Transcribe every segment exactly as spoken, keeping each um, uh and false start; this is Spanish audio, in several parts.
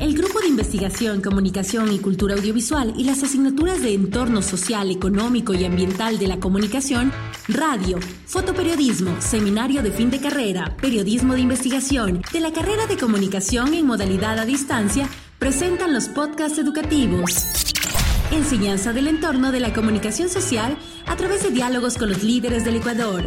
El Grupo de Investigación, Comunicación y Cultura Audiovisual y las asignaturas de Entorno Social, Económico y Ambiental de la Comunicación, Radio, Fotoperiodismo, Seminario de Fin de Carrera, Periodismo de Investigación, de la carrera de Comunicación en modalidad a distancia, presentan los podcasts educativos. Enseñanza del entorno de la comunicación social a través de diálogos con los líderes del Ecuador.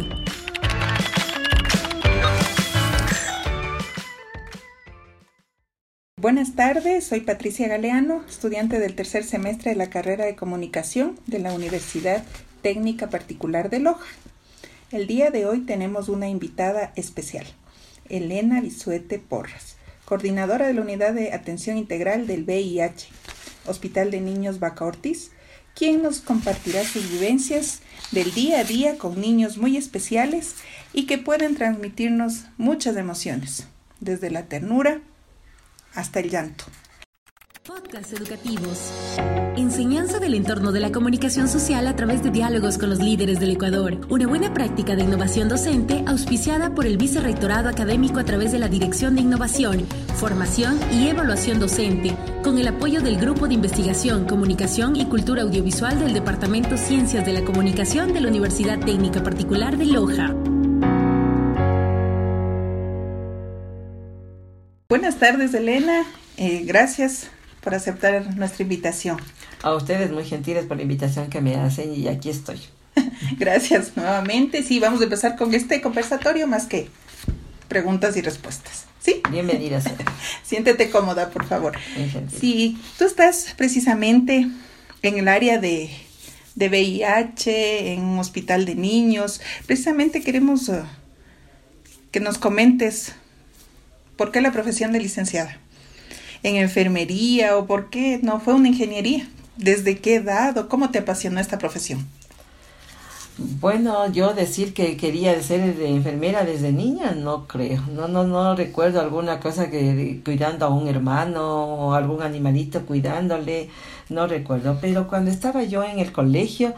Buenas tardes, soy Patricia Galeano, estudiante del tercer semestre de la carrera de Comunicación de la Universidad Técnica Particular de Loja. El día de hoy tenemos una invitada especial, Elena Bisuete Porras, coordinadora de la Unidad de Atención Integral del V I H, Hospital de Niños Vaca Ortiz, quien nos compartirá sus vivencias del día a día con niños muy especiales y que pueden transmitirnos muchas emociones, desde la ternura hasta el llanto. Podcasts educativos. Enseñanza del entorno de la comunicación social a través de diálogos con los líderes del Ecuador. Una buena práctica de innovación docente auspiciada por el Vicerrectorado Académico a través de la Dirección de Innovación, Formación y Evaluación Docente, con el apoyo del Grupo de Investigación, Comunicación y Cultura Audiovisual del Departamento Ciencias de la Comunicación de la Universidad Técnica Particular de Loja. Buenas tardes, Elena. Eh, gracias por aceptar nuestra invitación. A ustedes muy gentiles por la invitación que me hacen y aquí estoy. Gracias nuevamente. Sí, vamos a empezar con este conversatorio más que preguntas y respuestas. ¿Sí? Bienvenida. Siéntete cómoda, por favor. Sí, tú estás precisamente en el área de, de V I H, en un hospital de niños. Precisamente queremos uh, que nos comentes por qué la profesión de licenciada en enfermería o por qué no fue una ingeniería. ¿Desde qué edad o cómo te apasionó esta profesión? Bueno, yo decir que quería ser de enfermera desde niña, no creo. No, no, no recuerdo alguna cosa que cuidando a un hermano o algún animalito cuidándole, no recuerdo. Pero cuando estaba yo en el colegio,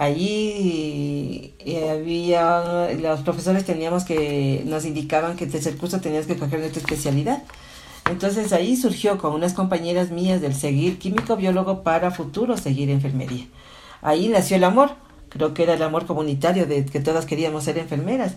allí eh, había, los profesores teníamos que, nos indicaban que el tercer curso tenías que coger nuestra especialidad. Entonces ahí surgió con unas compañeras mías del seguir químico biólogo para futuro seguir enfermería. Ahí nació el amor, creo que era el amor comunitario de que todas queríamos ser enfermeras,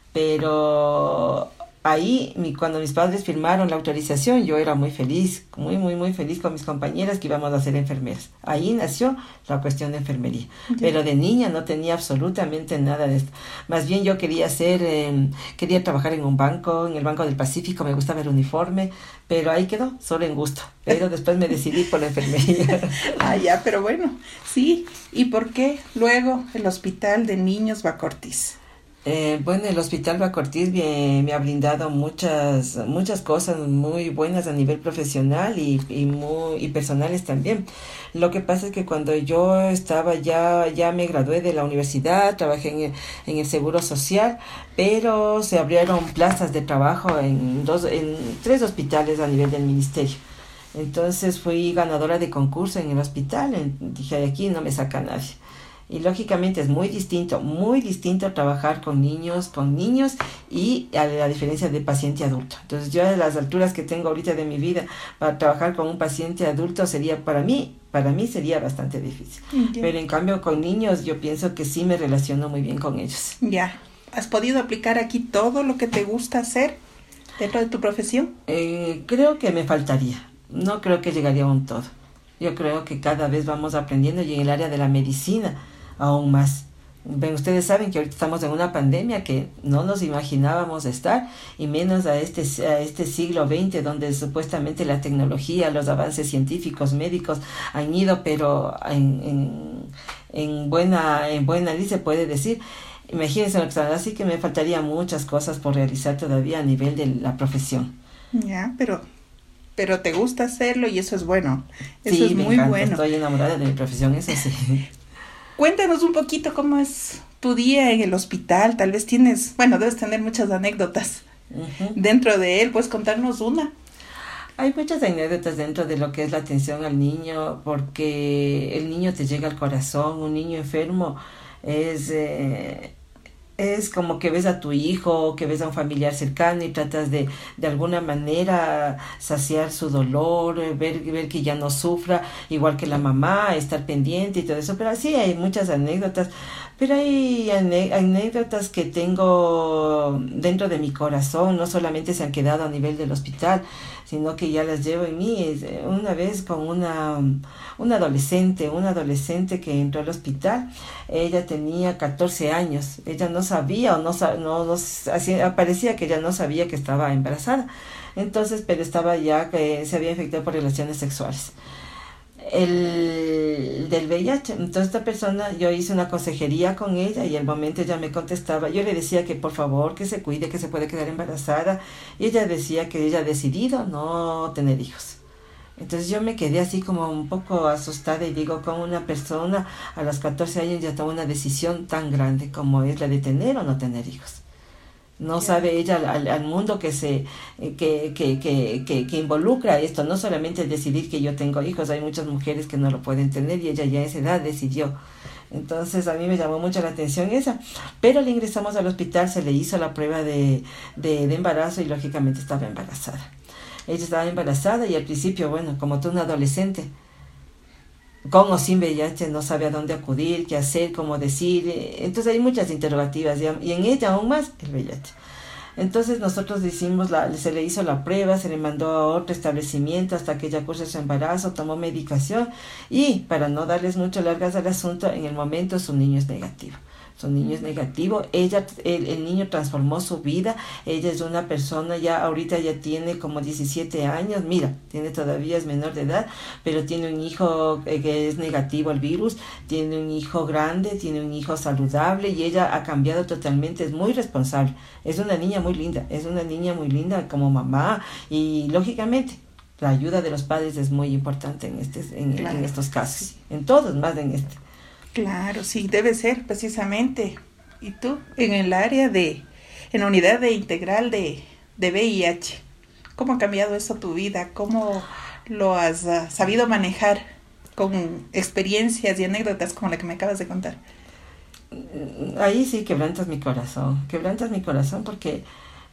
pero ahí mi, cuando mis padres firmaron la autorización yo era muy feliz, muy muy muy feliz con mis compañeras que íbamos a ser enfermeras. Ahí nació la cuestión de enfermería, sí. Pero de niña no tenía absolutamente nada de esto. Más bien yo quería ser, eh, quería trabajar en un banco, en el Banco del Pacífico, me gustaba el uniforme, pero ahí quedó, solo en gusto. Pero después me decidí por la enfermería. Ah, ya, pero bueno, sí. ¿Y por qué luego el Hospital de Niños Vaca Ortiz? Eh, bueno, el Hospital Vaca Ortiz me, me ha brindado muchas muchas cosas muy buenas a nivel profesional y, y, muy, y personales también. Lo que pasa es que cuando yo estaba ya, ya me gradué de la universidad, trabajé en el, en el Seguro Social, pero se abrieron plazas de trabajo en, dos, en tres hospitales a nivel del ministerio. Entonces fui ganadora de concurso en el hospital, en, dije, de aquí no me saca nadie. Y lógicamente es muy distinto, muy distinto trabajar con niños, con niños y a la diferencia de paciente adulto. Entonces yo a las alturas que tengo ahorita de mi vida, para trabajar con un paciente adulto sería para mí, para mí sería bastante difícil. Okay. Pero en cambio con niños yo pienso que sí me relaciono muy bien con ellos. Ya, ¿has podido aplicar aquí todo lo que te gusta hacer dentro de tu profesión? Eh, creo que me faltaría, no creo que llegaría a un todo. Yo creo que cada vez vamos aprendiendo y en el área de la medicina aún más. Ven, ustedes saben que ahorita estamos en una pandemia que no nos imaginábamos estar, y menos a este, a este siglo veinte, donde supuestamente la tecnología, los avances científicos, médicos han ido, pero en, en, en buena, en buena ley se puede decir. Imagínense lo que está, así que me faltaría muchas cosas por realizar todavía a nivel de la profesión. Ya, pero pero te gusta hacerlo y eso es bueno. Eso sí, es me muy encanta, bueno. Estoy enamorada de mi profesión, eso sí. Cuéntanos un poquito cómo es tu día en el hospital. Tal vez tienes, bueno, debes tener muchas anécdotas uh-huh. dentro de él. ¿Puedes contarnos una? Hay muchas anécdotas dentro de lo que es la atención al niño, porque el niño te llega al corazón. Un niño enfermo es, eh, es como que ves a tu hijo, que ves a un familiar cercano y tratas de de alguna manera saciar su dolor, ver, ver que ya no sufra, igual que la mamá, estar pendiente y todo eso. Pero sí, hay muchas anécdotas, pero hay ane- anécdotas que tengo dentro de mi corazón, no solamente se han quedado a nivel del hospital, sino que ya las llevo en mí. Una vez con una, una adolescente, una adolescente que entró al hospital, ella tenía catorce años, ella no sabía o no, no, no así, parecía que ella no sabía que estaba embarazada, entonces, pero estaba ya que se había infectado por relaciones sexuales. El del V I H, entonces esta persona, yo hice una consejería con ella y al momento ella me contestaba, yo le decía que por favor que se cuide, que se puede quedar embarazada, y ella decía que ella ha decidido no tener hijos. Entonces yo me quedé así como un poco asustada y digo, como una persona a los catorce años ya toma una decisión tan grande como es la de tener o no tener hijos. No yeah. sabe ella al, al mundo que se que, que, que, que, que involucra esto, no solamente el decidir que yo tengo hijos, hay muchas mujeres que no lo pueden tener y ella ya a esa edad decidió. Entonces a mí me llamó mucho la atención esa, pero le ingresamos al hospital, se le hizo la prueba de, de, de embarazo y lógicamente estaba embarazada. Ella estaba embarazada y al principio, bueno, como tú una adolescente, con o sin V I H, no sabe a dónde acudir, qué hacer, cómo decir. Entonces hay muchas interrogativas y en ella aún más el V I H. Entonces nosotros hicimos la, se le hizo la prueba, se le mandó a otro establecimiento hasta que ella curse su embarazo, tomó medicación y para no darles mucho largas al asunto, en el momento su niño es negativo. Su niño es negativo, ella, el, el niño transformó su vida, ella es una persona ya, ahorita ya tiene como diecisiete años, mira, tiene todavía, es menor de edad, pero tiene un hijo eh, que es negativo al virus, tiene un hijo grande, tiene un hijo saludable y ella ha cambiado totalmente, es muy responsable, es una niña muy linda, es una niña muy linda como mamá y lógicamente la ayuda de los padres es muy importante en, este, en, claro. en estos casos, en todos, más en este. Claro, sí, debe ser precisamente. ¿Y tú? En el área de, en la unidad de integral de, de V I H, ¿cómo ha cambiado eso tu vida? ¿Cómo lo has uh, sabido manejar con experiencias y anécdotas como la que me acabas de contar? Ahí sí quebrantas mi corazón, quebrantas mi corazón porque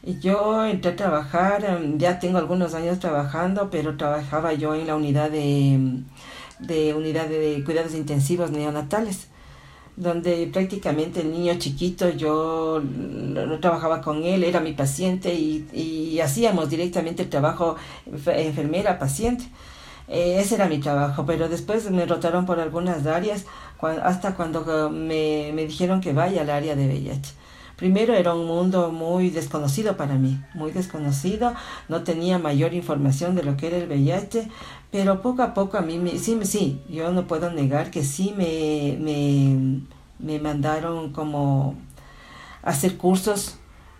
yo entré a trabajar, ya tengo algunos años trabajando, pero trabajaba yo en la unidad de... de unidad de cuidados intensivos neonatales, donde prácticamente el niño chiquito yo lo, lo trabajaba con él, era mi paciente y, y hacíamos directamente el trabajo enfermera-paciente. Eh, ese era mi trabajo, pero después me rotaron por algunas áreas cuando, hasta cuando me, me dijeron que vaya al área de V I H. Primero era un mundo muy desconocido para mí, muy desconocido, no tenía mayor información de lo que era el V I H, pero poco a poco a mí, me, sí, sí, yo no puedo negar que sí me, me, me mandaron como a hacer cursos,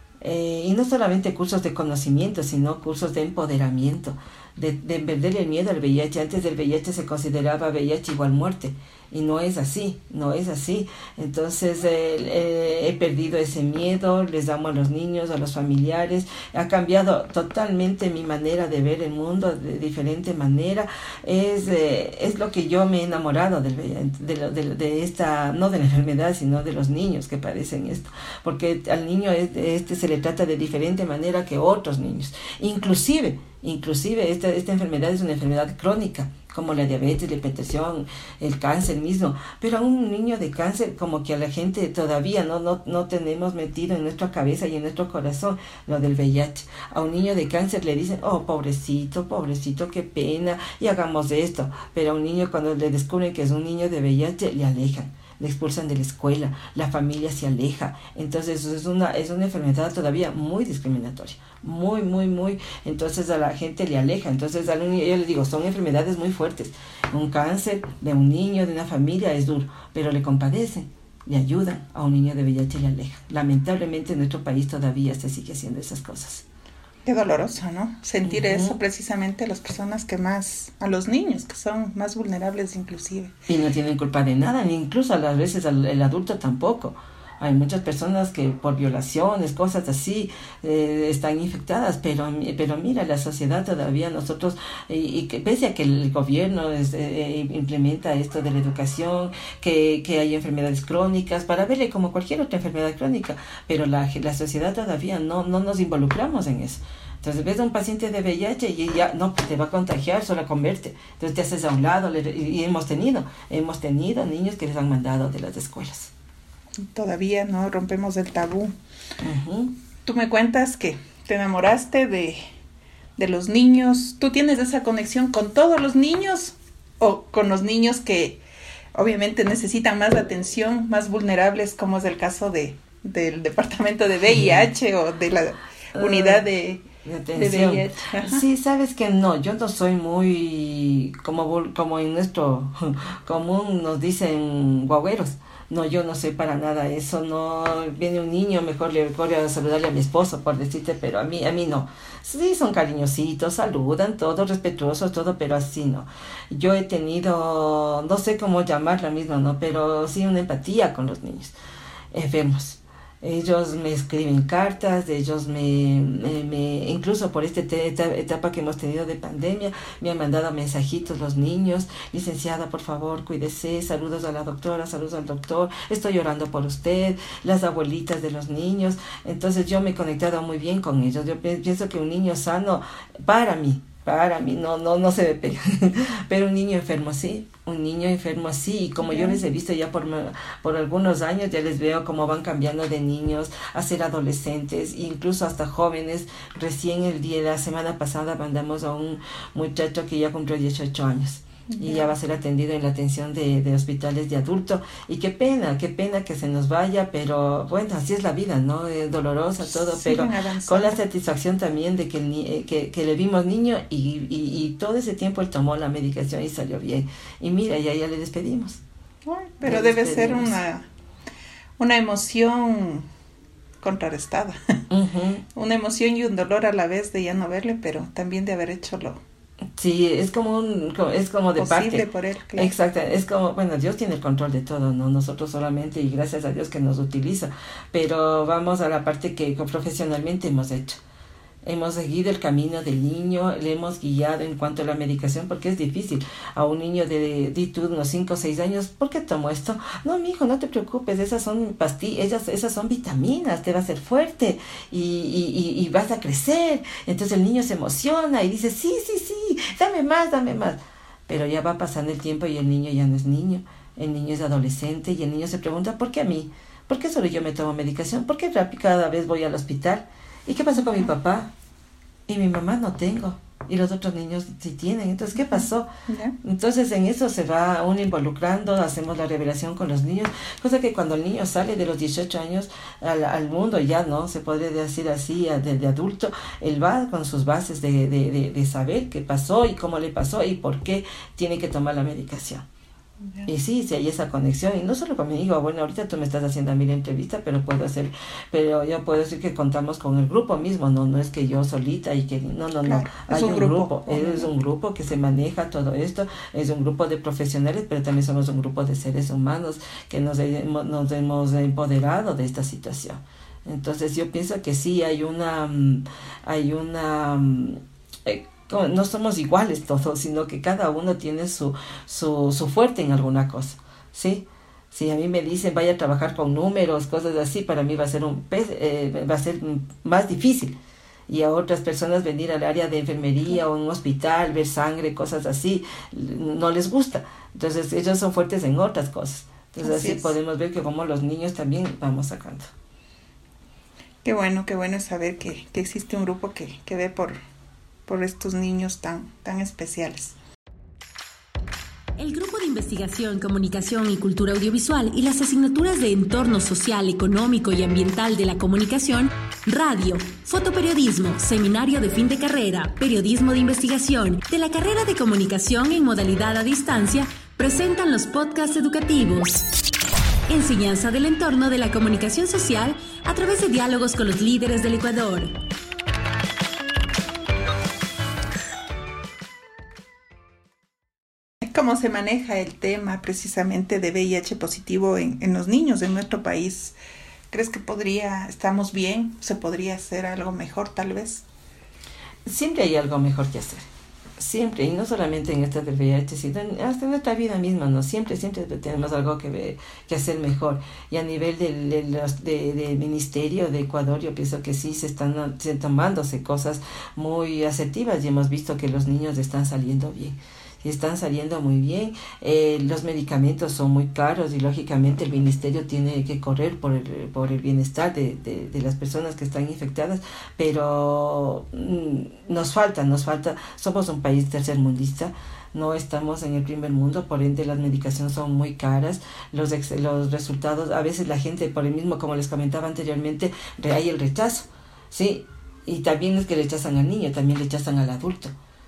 eh, y no solamente cursos de conocimiento, sino cursos de empoderamiento, de, de perder el miedo al V I H. Antes del V I H se consideraba V I H igual muerte. Y no es así, no es así. Entonces eh, eh, he perdido ese miedo, les damos a los niños, a los familiares. Ha cambiado totalmente mi manera de ver el mundo de diferente manera. Es, eh, es lo que yo me he enamorado del, de, de, de, de esta, no de la enfermedad, sino de los niños que padecen esto. Porque al niño este se le trata de diferente manera que otros niños. Inclusive, inclusive esta, esta enfermedad es una enfermedad crónica, como la diabetes, la hipertensión, el cáncer mismo, pero a un niño de cáncer como que a la gente todavía no, no, no tenemos metido en nuestra cabeza y en nuestro corazón lo del V I H. A un niño de cáncer le dicen, oh, pobrecito, pobrecito, qué pena, y hagamos esto, pero a un niño cuando le descubren que es un niño de V I H, le alejan, le expulsan de la escuela, la familia se aleja. Entonces es una, es una enfermedad todavía muy discriminatoria, muy, muy, muy, entonces a la gente le aleja. Entonces a un niño, yo le digo, son enfermedades muy fuertes. Un cáncer de un niño, de una familia es duro, pero le compadecen, le ayudan. A un niño de V I H le alejan. Lamentablemente en nuestro país todavía se sigue haciendo esas cosas. Qué doloroso, ¿no? Sentir uh-huh. eso precisamente a las personas que más, a los niños que son más vulnerables inclusive. Y no tienen culpa de nada, ni incluso a las veces el, el adulto tampoco. Hay muchas personas que por violaciones, cosas así, eh, están infectadas, pero pero mira, la sociedad todavía, nosotros, y, y que pese a que el gobierno es, eh, implementa esto de la educación, que, que hay enfermedades crónicas, para verle como cualquier otra enfermedad crónica, pero la, la sociedad todavía no, no nos involucramos en eso. Entonces ves a un paciente de V I H y ya no te va a contagiar, solo convierte. Entonces te haces a un lado, le, y hemos tenido, hemos tenido niños que les han mandado de las escuelas. Todavía no rompemos el tabú. Uh-huh. Tú me cuentas que te enamoraste de, de los niños. ¿Tú tienes esa conexión con todos los niños o con los niños que obviamente necesitan más atención, más vulnerables, como es el caso de del departamento de V I H uh-huh. o de la unidad de... De atención. De sí, sabes que no, yo no soy muy como como en nuestro común nos dicen guagüeros. No, yo no soy para nada eso. No, viene un niño, mejor le corre a saludarle a mi esposo, por decirte, pero a mí a mí no. Sí, son cariñositos, saludan, todo respetuosos, todo, pero así no. Yo he tenido, no sé cómo llamarla misma, no, pero sí una empatía con los niños enfermos. Ellos me escriben cartas, ellos me, me, me incluso por esta etapa que hemos tenido de pandemia, me han mandado mensajitos los niños, licenciada, por favor, cuídese, saludos a la doctora, saludos al doctor, estoy orando por usted, las abuelitas de los niños. Entonces yo me he conectado muy bien con ellos. Yo pienso que un niño sano, para mí, para mí, no, no, no se me pega, pero un niño enfermo sí, un niño enfermo sí, y como yo les he visto ya por, por algunos años, ya les veo cómo van cambiando de niños a ser adolescentes, incluso hasta jóvenes. Recién el día de la semana pasada mandamos a un muchacho que ya cumplió dieciocho años. Y ya va a ser atendido en la atención de, de hospitales de adulto. Y qué pena, qué pena que se nos vaya, pero bueno, así es la vida, ¿no? Es dolorosa todo, sí, pero con la satisfacción también de que, el, que, que le vimos niño y, y, y todo ese tiempo él tomó la medicación y salió bien. Y mira, ya, ya le despedimos. Ay, pero le debe despedimos. ser una, una emoción contrarrestada. Uh-huh. Una emoción y un dolor a la vez de ya no verle, pero también de haber hecho lo... Sí, es como un, es como de posible parte. por él, claro. Exacto, es como, bueno, Dios tiene el control de todo, no nosotros solamente, y gracias a Dios que nos utiliza, pero vamos a la parte que profesionalmente hemos hecho. Hemos seguido el camino del niño, le hemos guiado en cuanto a la medicación, porque es difícil. A un niño de, de tú, unos cinco o seis años, ¿por qué tomo esto? No, mijo, no te preocupes, esas son pastillas, esas, esas son vitaminas, te va a hacer fuerte y, y, y, y vas a crecer. Entonces el niño se emociona y dice, sí, sí, sí, dame más, dame más. Pero ya va pasando el tiempo y el niño ya no es niño, el niño es adolescente y el niño se pregunta, ¿por qué a mí? ¿Por qué solo yo me tomo medicación? ¿Por qué cada vez voy al hospital? ¿Y qué pasó con mi papá? Y mi mamá no tengo. Y los otros niños sí tienen. Entonces, ¿qué pasó? Yeah. Entonces, en eso se va uno involucrando, hacemos la revelación con los niños. Cosa que cuando el niño sale de los dieciocho años al, al mundo, ya no, se podría decir así, de, de adulto, él va con sus bases de, de, de, de saber qué pasó y cómo le pasó y por qué tiene que tomar la medicación. Yeah. Y sí, sí hay esa conexión, y no solo conmigo, bueno, ahorita tú me estás haciendo a mí la entrevista, pero puedo hacer, pero yo puedo decir que contamos con el grupo mismo, no, no es que yo solita y que, no, no, claro, no, hay un, un grupo, grupo es un grupo que se maneja todo esto, es un grupo de profesionales, pero también somos un grupo de seres humanos que nos, nos hemos empoderado de esta situación. Entonces yo pienso que sí hay una, hay una, eh, no somos iguales todos, sino que cada uno tiene su, su, su fuerte en alguna cosa, ¿sí? Si a mí me dicen vaya a trabajar con números, cosas así, para mí va a ser un eh, va a ser más difícil. Y a otras personas venir al área de enfermería o un hospital, ver sangre, cosas así, no les gusta. Entonces ellos son fuertes en otras cosas. Entonces así, así podemos ver que como los niños también vamos sacando. Qué bueno, qué bueno saber que, que existe un grupo que, que ve por... por estos niños tan, tan especiales. El Grupo de Investigación, Comunicación y Cultura Audiovisual y las asignaturas de Entorno Social, Económico y Ambiental de la Comunicación, Radio, Fotoperiodismo, Seminario de Fin de Carrera, Periodismo de Investigación, de la carrera de Comunicación en modalidad a distancia, presentan los podcasts educativos. Enseñanza del entorno de la comunicación social a través de diálogos con los líderes del Ecuador. ¿Cómo se maneja el tema precisamente de V I H positivo en, en los niños en nuestro país? ¿Crees que podría, estamos bien, se podría hacer algo mejor tal vez? Siempre hay algo mejor que hacer. Siempre, y no solamente en esta del V I H, sino hasta en nuestra vida misma, ¿no? Siempre, siempre tenemos algo que, ver, que hacer mejor. Y a nivel del de, de, de Ministerio de Ecuador, yo pienso que sí se están se, tomándose cosas muy asertivas y hemos visto que los niños están saliendo bien. Están saliendo muy bien, eh, los medicamentos son muy caros y lógicamente el ministerio tiene que correr por el, por el bienestar de, de, de las personas que están infectadas, pero mm, nos falta, nos falta, somos un país tercermundista, no estamos en el primer mundo, por ende las medicaciones son muy caras, los, ex, los resultados, a veces la gente, por el mismo, como les comentaba anteriormente, hay el rechazo, ¿sí? Y también es que rechazan al niño, también rechazan al adulto.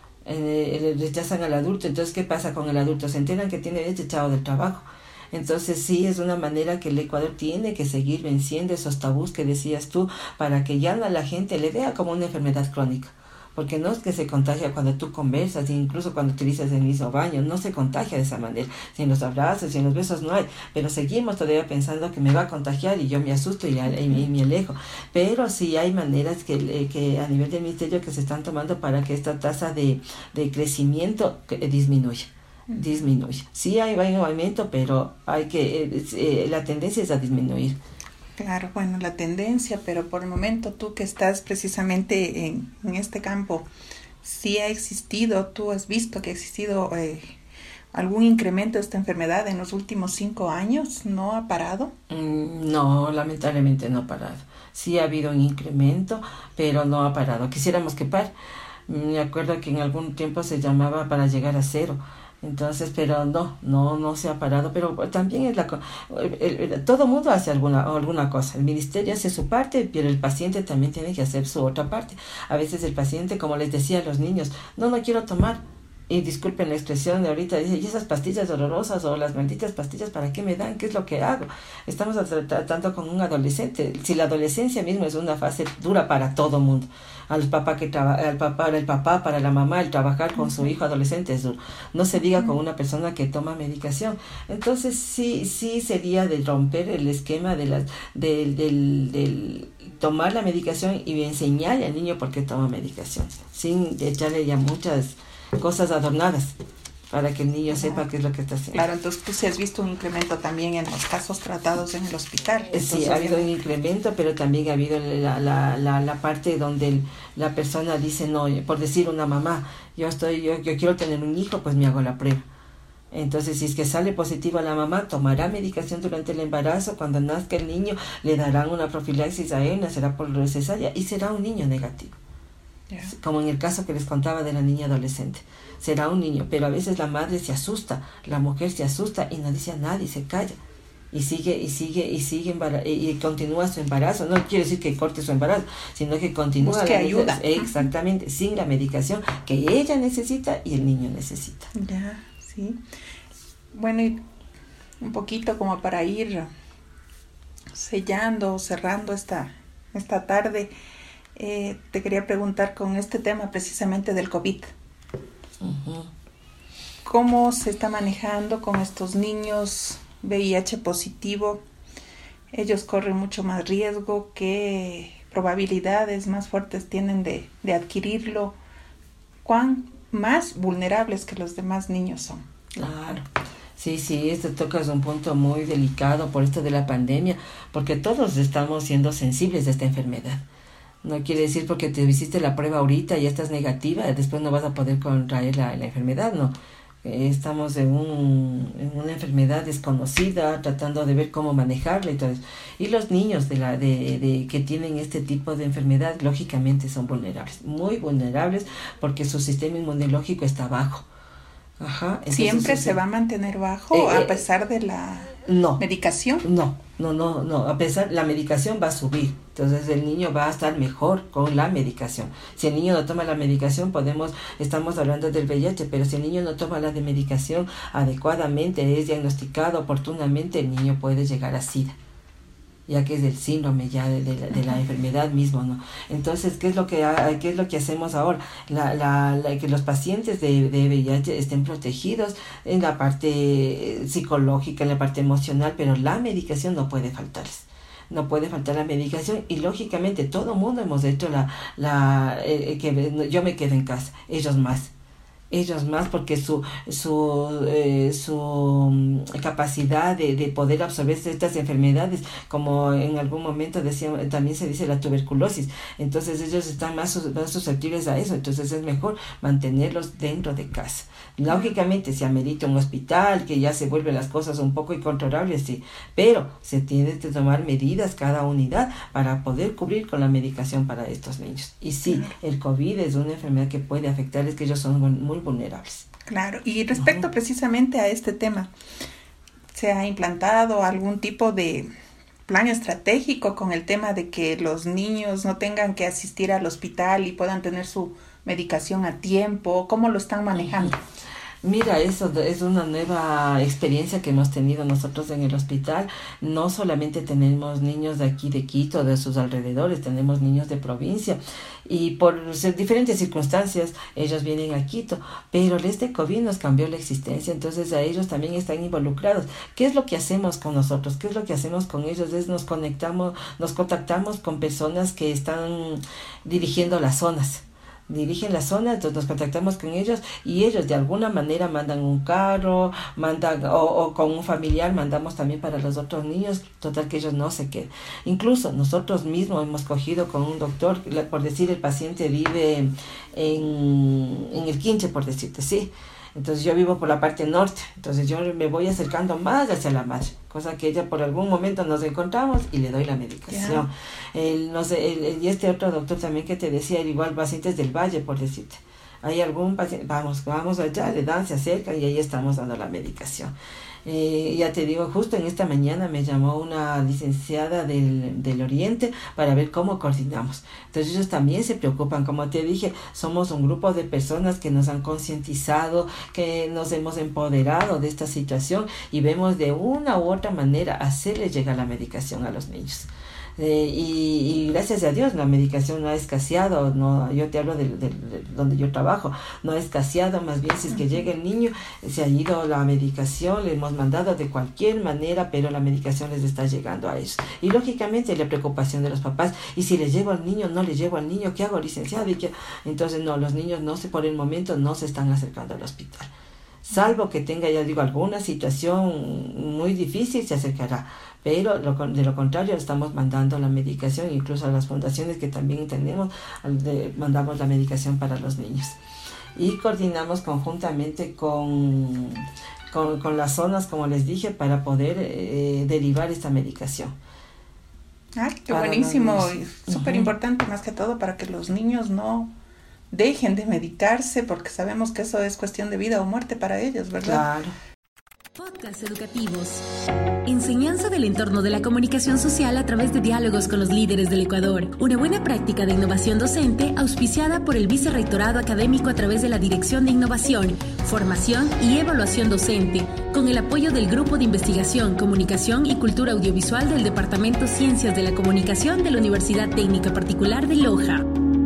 Eh, rechazan al adulto. Entonces, ¿qué pasa con el adulto? Se enteran que tiene desechado del trabajo. Entonces, sí, es una manera que el Ecuador tiene que seguir venciendo esos tabús que decías tú, para que ya la gente le vea como una enfermedad crónica. Porque no es que se contagia cuando tú conversas, incluso cuando utilizas el mismo baño, no se contagia de esa manera. Sin los abrazos y en los besos no hay, pero seguimos todavía pensando que me va a contagiar y yo me asusto y, y, y me alejo. Pero sí hay maneras que, que a nivel del ministerio que se están tomando para que esta tasa de, de crecimiento disminuya. disminuye. Sí hay, hay un aumento, pero hay que eh, eh, la tendencia es a disminuir. Claro, bueno, la tendencia, pero por el momento tú que estás precisamente en, en este campo, ¿sí ha existido, tú has visto que ha existido eh, algún incremento de esta enfermedad en los últimos cinco años? ¿No ha parado? Mm, no, lamentablemente no ha parado. Sí ha habido un incremento, pero no ha parado. Quisiéramos que pare. Me acuerdo que en algún tiempo se llamaba para llegar a cero. Entonces, pero no, no, no se ha parado, pero también es la, el, el, todo mundo hace alguna, alguna cosa, el ministerio hace su parte, pero el paciente también tiene que hacer su otra parte. A veces el paciente, como les decía a los niños, no, no quiero tomar, y disculpen la expresión de ahorita, dice, ¿y esas pastillas dolorosas o las malditas pastillas para qué me dan? ¿Qué es lo que hago? Estamos tratando con un adolescente. Si la adolescencia misma es una fase dura para todo mundo, al papá que traba, al papá, el papá, para la mamá, el trabajar con su hijo adolescente es duro. No se diga con una persona que toma medicación. Entonces sí, sí sería de romper el esquema de las, del, del, del tomar la medicación y enseñarle al niño por qué toma medicación, sin echarle ya muchas cosas adornadas para que el niño sepa qué es lo que está haciendo. Claro, entonces tú sí has visto un incremento también en los casos tratados en el hospital. Entonces, sí, ha habido un incremento, pero también ha habido la, la, la, la parte donde el, la persona dice, no, por decir una mamá, yo estoy yo, yo quiero tener un hijo, pues me hago la prueba. Entonces, si es que sale positivo a la mamá, tomará medicación durante el embarazo, cuando nazca el niño, le darán una profilaxis a él, nacerá por cesárea y será un niño negativo. Yeah. Como en el caso que les contaba de la niña adolescente. Será un niño, pero a veces la madre se asusta, la mujer se asusta y no dice a nadie, se calla. Y sigue, y sigue, y sigue, embarazo, y continúa su embarazo. No quiere decir que corte su embarazo, sino que continúa. Busque ayuda. Exactamente, sin la medicación que ella necesita y el niño necesita. Ya, sí. Bueno, y un poquito como para ir sellando, cerrando esta, esta tarde, eh, te quería preguntar con este tema precisamente del COVID. Uh-huh. ¿Cómo se está manejando con estos niños V I H positivo? Ellos corren mucho más riesgo, ¿qué probabilidades más fuertes tienen de, de adquirirlo? ¿Cuán más vulnerables que los demás niños son? Claro. Sí, sí, esto tocas un punto muy delicado por esto de la pandemia, porque todos estamos siendo sensibles a esta enfermedad. No quiere decir porque te hiciste la prueba ahorita y ya estás negativa, después no vas a poder contraer la, la enfermedad, no. Estamos en, un, en una enfermedad desconocida, tratando de ver cómo manejarla y todo eso. Y los niños de la de, de que tienen este tipo de enfermedad, lógicamente son vulnerables, muy vulnerables, porque su sistema inmunológico está bajo. Ajá, ¿Siempre se va a mantener bajo eh, a pesar de la no, medicación? No, no, no, no, a pesar, la medicación va a subir, entonces el niño va a estar mejor con la medicación. Si el niño no toma la medicación, podemos, estamos hablando del V I H, pero si el niño no toma la de medicación adecuadamente, es diagnosticado oportunamente, el niño puede llegar a SIDA, ya que es el síndrome ya de, de, la, de la enfermedad mismo, ¿no? Entonces, ¿qué es lo que qué es lo que hacemos ahora? La, la, la, que los pacientes de, de V I H estén protegidos en la parte psicológica, en la parte emocional, pero la medicación no puede faltarles. no puede faltar la medicación y lógicamente todo mundo hemos hecho la, la eh, que yo me quedo en casa, ellos más. Ellos más porque su su eh, su capacidad de, de poder absorber estas enfermedades, como en algún momento decía, también se dice la tuberculosis, entonces ellos están más, más susceptibles a eso, entonces es mejor mantenerlos dentro de casa. Lógicamente se amerita un hospital, que ya se vuelven las cosas un poco incontrolables, sí, pero se tiene que tomar medidas cada unidad para poder cubrir con la medicación para estos niños. Y sí, el COVID es una enfermedad que puede afectarles, que ellos son muy vulnerables. Claro, y respecto uh-huh. precisamente a este tema, ¿se ha implantado algún tipo de plan estratégico con el tema de que los niños no tengan que asistir al hospital y puedan tener su medicación a tiempo? ¿Cómo lo están manejando? Mira, eso es una nueva experiencia que hemos tenido nosotros en el hospital. No solamente tenemos niños de aquí de Quito, de sus alrededores, tenemos niños de provincia y por diferentes circunstancias ellos vienen a Quito, pero este COVID nos cambió la existencia, entonces a ellos también están involucrados. ¿Qué es lo que hacemos con nosotros? ¿Qué es lo que hacemos con ellos? Es nos conectamos, nos contactamos con personas que están dirigiendo las zonas. dirigen la zona, entonces nos contactamos con ellos y ellos de alguna manera mandan un carro, mandan o, o con un familiar mandamos también para los otros niños, total que ellos no se queden. Incluso nosotros mismos hemos cogido con un doctor, por decir el paciente vive en, en el Quinche, por decirte, sí. Entonces yo vivo por la parte norte, entonces yo me voy acercando más hacia la madre, cosa que ella por algún momento nos encontramos y le doy la medicación. Yeah. El, no sé, el, el, y este otro doctor también que te decía, igual pacientes del Valle, por decirte. Hay algún paciente, vamos, vamos allá, le dan, se acercan y ahí estamos dando la medicación. Eh, ya te digo, justo en esta mañana me llamó una licenciada del, del Oriente para ver cómo coordinamos. Entonces ellos también se preocupan, como te dije, somos un grupo de personas que nos han concientizado, que nos hemos empoderado de esta situación y vemos de una u otra manera hacerle llegar la medicación a los niños. Eh, y, y gracias a Dios la medicación no ha escaseado, no, yo te hablo de, de, de donde yo trabajo, no ha escaseado, más bien si es que llega el niño, se ha ido la medicación, le hemos mandado de cualquier manera, pero la medicación les está llegando a ellos. Y lógicamente la preocupación de los papás, y si le llevo al niño, no le llevo al niño, ¿qué hago, licenciado? ¿Y qué? Entonces no, los niños no se, por el momento no se están acercando al hospital. Salvo que tenga, ya digo, alguna situación muy difícil, se acercará. Pero lo, de lo contrario, estamos mandando la medicación, incluso a las fundaciones que también tenemos, de, mandamos la medicación para los niños. Y coordinamos conjuntamente con, con, con las zonas, como les dije, para poder eh, derivar esta medicación. Ah, qué para buenísimo, y súper uh-huh. importante más que todo para que los niños no dejen de medicarse, porque sabemos que eso es cuestión de vida o muerte para ellos, ¿verdad? Claro. Podcasts educativos. Enseñanza del entorno de la comunicación social a través de diálogos con los líderes del Ecuador. Una buena práctica de innovación docente auspiciada por el Vicerrectorado Académico a través de la Dirección de Innovación, Formación y Evaluación Docente, con el apoyo del Grupo de Investigación, Comunicación y Cultura Audiovisual del Departamento Ciencias de la Comunicación de la Universidad Técnica Particular de Loja.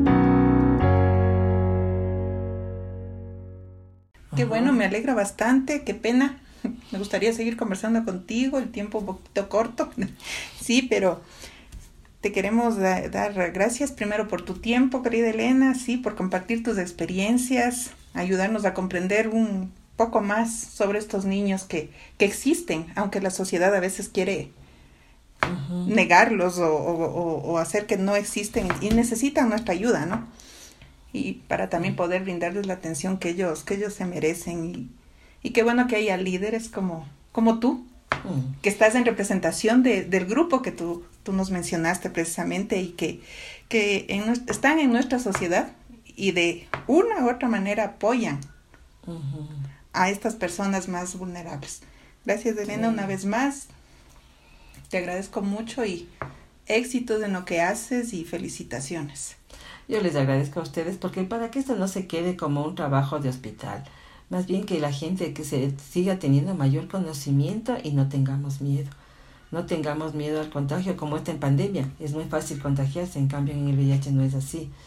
Qué bueno, me alegra bastante, qué pena. Me gustaría seguir conversando contigo, el tiempo un poquito corto, sí, pero te queremos da, dar gracias primero por tu tiempo, querida Elena, sí, por compartir tus experiencias, ayudarnos a comprender un poco más sobre estos niños que, que existen, aunque la sociedad a veces quiere uh-huh. negarlos o, o, o hacer que no existen y necesitan nuestra ayuda, ¿no? Y para también poder brindarles la atención que ellos, que ellos se merecen. Y, y qué bueno que haya líderes como, como tú, mm. que estás en representación de, del grupo que tú, tú nos mencionaste precisamente y que, que en, están en nuestra sociedad y de una u otra manera apoyan uh-huh. a estas personas más vulnerables. Gracias, Elena, mm. una vez más. Te agradezco mucho y éxitos en lo que haces y felicitaciones. Yo les agradezco a ustedes porque para que esto no se quede como un trabajo de hospital, más bien que la gente que se siga teniendo mayor conocimiento y no tengamos miedo. No tengamos miedo al contagio como está en pandemia. Es muy fácil contagiarse, en cambio en el V I H no es así.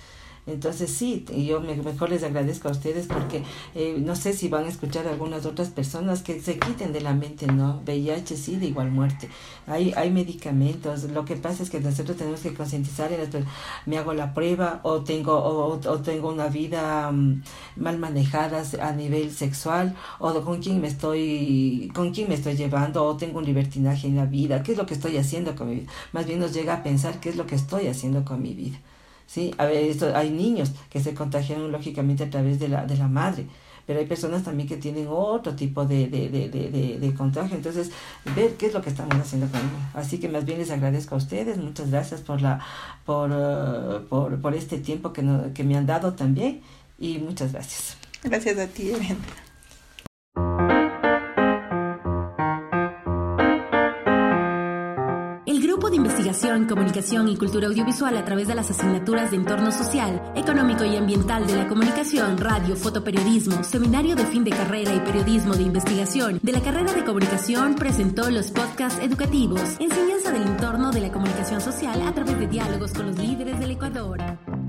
Entonces sí, y yo me, mejor les agradezco a ustedes porque eh, no sé si van a escuchar a algunas otras personas que se quiten de la mente, ¿no? V I H, SIDA igual muerte. Hay, hay medicamentos, lo que pasa es que nosotros tenemos que concientizar en esto. Me hago la prueba o tengo, o, o tengo una vida um, mal manejada a nivel sexual, o con quién me estoy, con quién me estoy llevando, o tengo un libertinaje en la vida, qué es lo que estoy haciendo con mi vida. Más bien nos llega a pensar qué es lo que estoy haciendo con mi vida. Sí, a ver, esto, hay niños que se contagian lógicamente a través de la, de la madre, pero hay personas también que tienen otro tipo de, de, de, de, de, de contagio. Entonces, ver qué es lo que estamos haciendo con ellos. Así que más bien les agradezco a ustedes, muchas gracias por la por, uh, por, por este tiempo que, no, que me han dado también, y muchas gracias. Gracias a ti, Elena. De Investigación, Comunicación y Cultura Audiovisual a través de las asignaturas de Entorno Social, Económico y Ambiental de la Comunicación, Radio, Fotoperiodismo, Seminario de Fin de Carrera y Periodismo de Investigación de la carrera de Comunicación presentó los podcasts educativos, Enseñanza del Entorno de la Comunicación Social a través de diálogos con los líderes del Ecuador.